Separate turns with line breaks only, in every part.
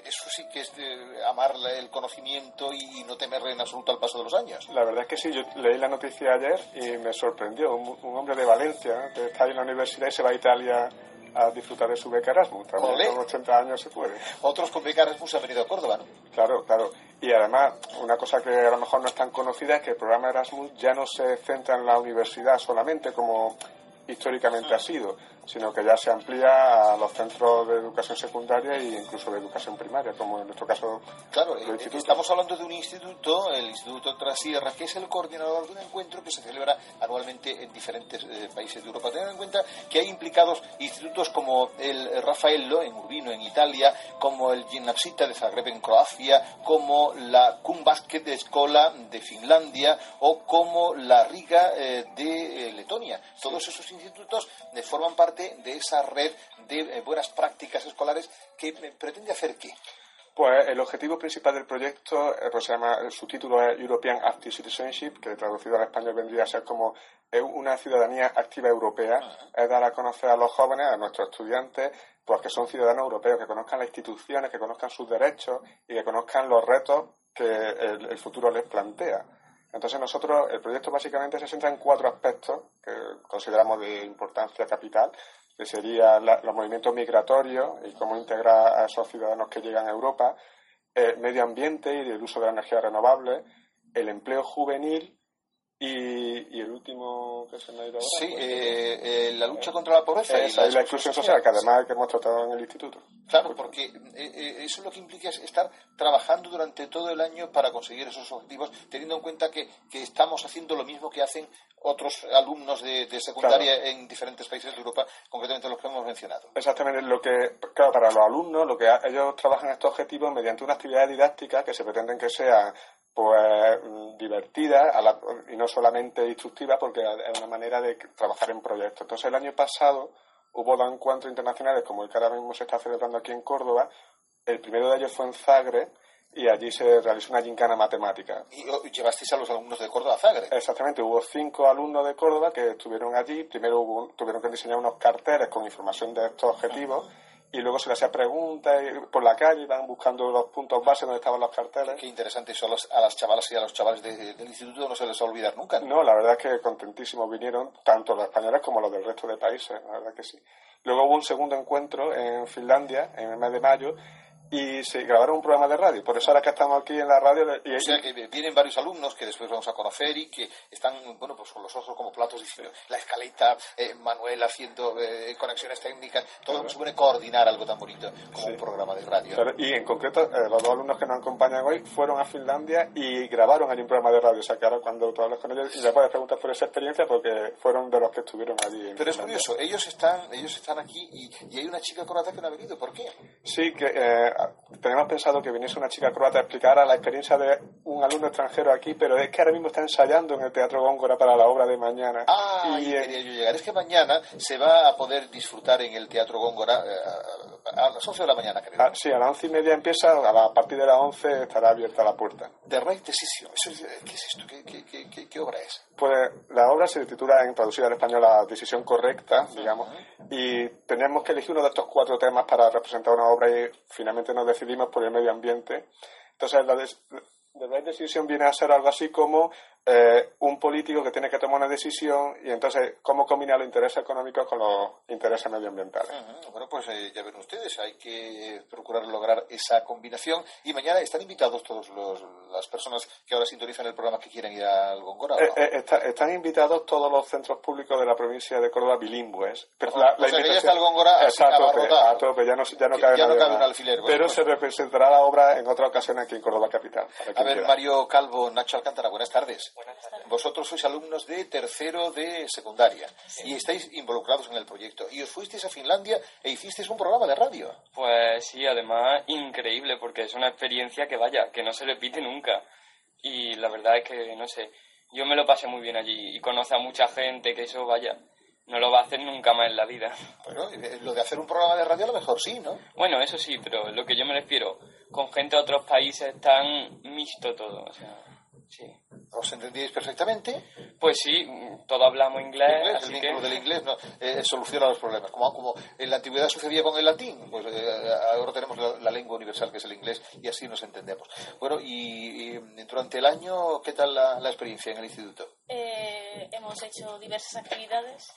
eso sí que es amar el conocimiento y no temerle en absoluto al paso de los años.
La verdad es que sí, yo leí la noticia ayer y me sorprendió. Un hombre de Valencia, ¿no?, que está ahí en la universidad y se va a Italia a disfrutar de su beca Erasmus. También con 80 años se puede.
Otros con beca Erasmus han venido a Córdoba, ¿no?
Claro, claro. Y además, una cosa que a lo mejor no es tan conocida es que el programa Erasmus ya no se centra en la universidad solamente, como históricamente ha sido, sino que ya se amplía a los centros de educación secundaria e incluso de educación primaria, como en nuestro caso.
Claro, estamos hablando de un instituto, el Instituto Trasierra, que es el coordinador de un encuentro que se celebra anualmente en diferentes países de Europa. Tened en cuenta que hay implicados institutos como el Raffaello en Urbino, en Italia, como el Gimnasita de Zagreb en Croacia, como la Kumbasket de Escola de Finlandia o como la Riga de Letonia. Todos esos institutos forman parte de esa red de buenas prácticas escolares que pretende hacer ¿qué?
Pues el objetivo principal del proyecto, pues se llama, su título es European Active Citizenship, que traducido al español vendría a ser como una ciudadanía activa europea. Es dar a conocer a los jóvenes, a nuestros estudiantes, pues que son ciudadanos europeos, que conozcan las instituciones, que conozcan sus derechos y que conozcan los retos que el futuro les plantea. Entonces nosotros, el proyecto básicamente se centra en 4 aspectos que consideramos de importancia capital, que serían los movimientos migratorios y cómo integrar a esos ciudadanos que llegan a Europa, el medio ambiente y el uso de la energía renovable, el empleo juvenil y el último que se me ha ido ahora.
Sí, la lucha contra la pobreza
y la exclusión social, que además que hemos tratado en el instituto.
Claro, porque eso lo que implica es estar trabajando durante todo el año para conseguir esos objetivos, teniendo en cuenta que estamos haciendo lo mismo que hacen otros alumnos de secundaria en diferentes países de Europa, concretamente los que hemos mencionado.
Exactamente, claro, para los alumnos, ellos trabajan estos objetivos mediante una actividad didáctica que se pretenden que sea pues divertida y no solamente instructiva, porque es una manera de trabajar en proyectos. Entonces el año pasado hubo 2 encuentros internacionales como el que ahora mismo se está celebrando aquí en Córdoba. El primero de ellos fue en Zagreb y allí se realizó una gincana matemática.
¿Y llevasteis a los alumnos de Córdoba a Zagreb?
Exactamente, hubo 5 alumnos de Córdoba que estuvieron allí. Primero tuvieron que diseñar unos carteles con información de estos objetivos. Y luego se les hacía preguntas por la calle, iban buscando los puntos base donde estaban los carteles.
Qué interesante, eso a las chavalas y a los chavales del instituto no se les va a olvidar nunca, ¿no?
No, la verdad es que contentísimos vinieron, tanto los españoles como los del resto de países, la verdad que sí. Luego hubo un segundo encuentro en Finlandia, en el mes de mayo, y se grabaron un programa de radio. Por eso ahora que estamos aquí en la radio...
O sea, que vienen varios alumnos que después vamos a conocer y que están, bueno, pues con los ojos como platos diciendo la escaleta, Manuel haciendo conexiones técnicas, todo lo que supone coordinar algo tan bonito como un programa de radio.
Claro, y en concreto, los 2 alumnos que nos acompañan hoy fueron a Finlandia y grabaron allí un programa de radio. O sea, que ahora cuando tú hablas con ellos y les puedes preguntar por esa experiencia porque fueron de los que estuvieron allí.
Pero es curioso, ellos están aquí y hay una chica croata que no ha venido. ¿Por qué?
Sí, que tenemos pensado que viniese una chica croata a explicar la experiencia de un alumno extranjero aquí, pero es que ahora mismo está ensayando en el Teatro Góngora para la obra de mañana.
Y quería yo llegar. Es que mañana se va a poder disfrutar en el Teatro Góngora a las 11 de la mañana, creo.
Sí, a las 11:30 empieza, a partir de las 11 estará abierta la puerta.
The Right Decision. ¿Qué es esto? ¿Qué obra es?
Pues la obra se titula, traducida al español, La Decisión Correcta, digamos, y teníamos que elegir uno de estos 4 temas para representar una obra y finalmente nos decidimos por el medio ambiente. Entonces, The Right Decision viene a ser algo así como un político que tiene que tomar una decisión y entonces cómo combinar los intereses económicos con los intereses medioambientales.
Bueno, pues ya ven ustedes, hay que procurar lograr esa combinación y mañana están invitados todas las personas que ahora sintonizan el programa que quieren ir al Góngora.
Están invitados todos los centros públicos de la provincia de Córdoba bilingües.
Pero o sea, que ya está el Góngora
a tope, ya no cabe
un alfiler.
Pero pues se representará la obra en otra ocasión aquí en Córdoba capital.
A ver, Mario Calvo, Nacho Alcántara, buenas tardes. Buenas tardes. Vosotros sois alumnos de tercero de secundaria y estáis involucrados en el proyecto. Y os fuisteis a Finlandia e hicisteis un programa de radio.
Pues sí, además increíble, porque es una experiencia que no se repite nunca. Y la verdad es que, no sé, yo me lo pasé muy bien allí y conoce a mucha gente que eso, no lo va a hacer nunca más en la vida.
Bueno, lo de hacer un programa de radio a lo mejor sí, ¿no?
Bueno, eso sí, pero lo que yo me refiero, con gente de otros países tan mixto todo, o sea, sí.
¿Os entendíais perfectamente?
Pues sí, todos hablamos inglés,
El
así
vínculo
que...
del inglés no, soluciona los problemas. Como en la antigüedad sucedía con el latín, pues ahora tenemos la lengua universal que es el inglés y así nos entendemos. Bueno, y durante el año, ¿qué tal la experiencia en el instituto?
Hemos hecho diversas actividades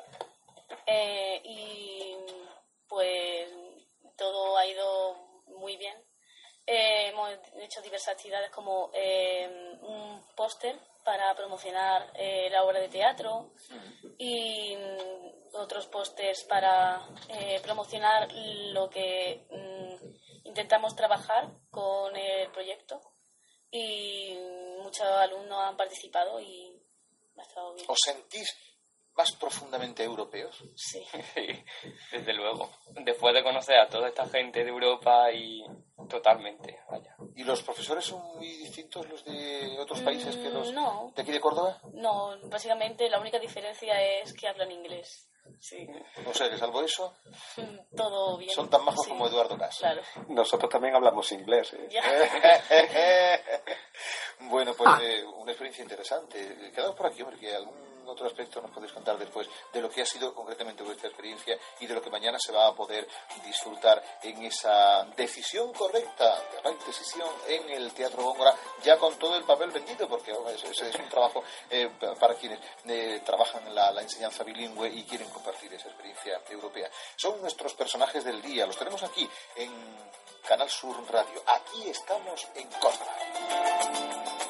y pues todo ha ido muy bien. Hemos hecho diversas actividades como un póster para promocionar la obra de teatro y otros pósters para promocionar lo que intentamos trabajar con el proyecto, y muchos alumnos han participado y ha estado bien.
¿Os sentís más profundamente europeos?
Sí.
Sí, desde luego. Después de conocer a toda esta gente de Europa y totalmente, vaya.
¿Y los profesores son muy distintos los de otros países que los
No.
de aquí de Córdoba?
No, básicamente la única diferencia es que hablan inglés. Sí.
O sea, que salvo eso,
Todo bien.
son tan majos
Sí.
como Eduardo Cas.
Claro.
Nosotros también hablamos inglés.
Ya.
Bueno, pues una experiencia interesante. Quedamos por aquí, porque algún otro aspecto nos podéis contar después de lo que ha sido concretamente vuestra experiencia y de lo que mañana se va a poder disfrutar en esa decisión correcta, de la decisión en el Teatro Góngora, ya con todo el papel vendido, porque ese es un trabajo para quienes trabajan en la enseñanza bilingüe y quieren compartir esa experiencia europea. Son nuestros personajes del día, los tenemos aquí en Canal Sur Radio. Aquí estamos en Córdoba.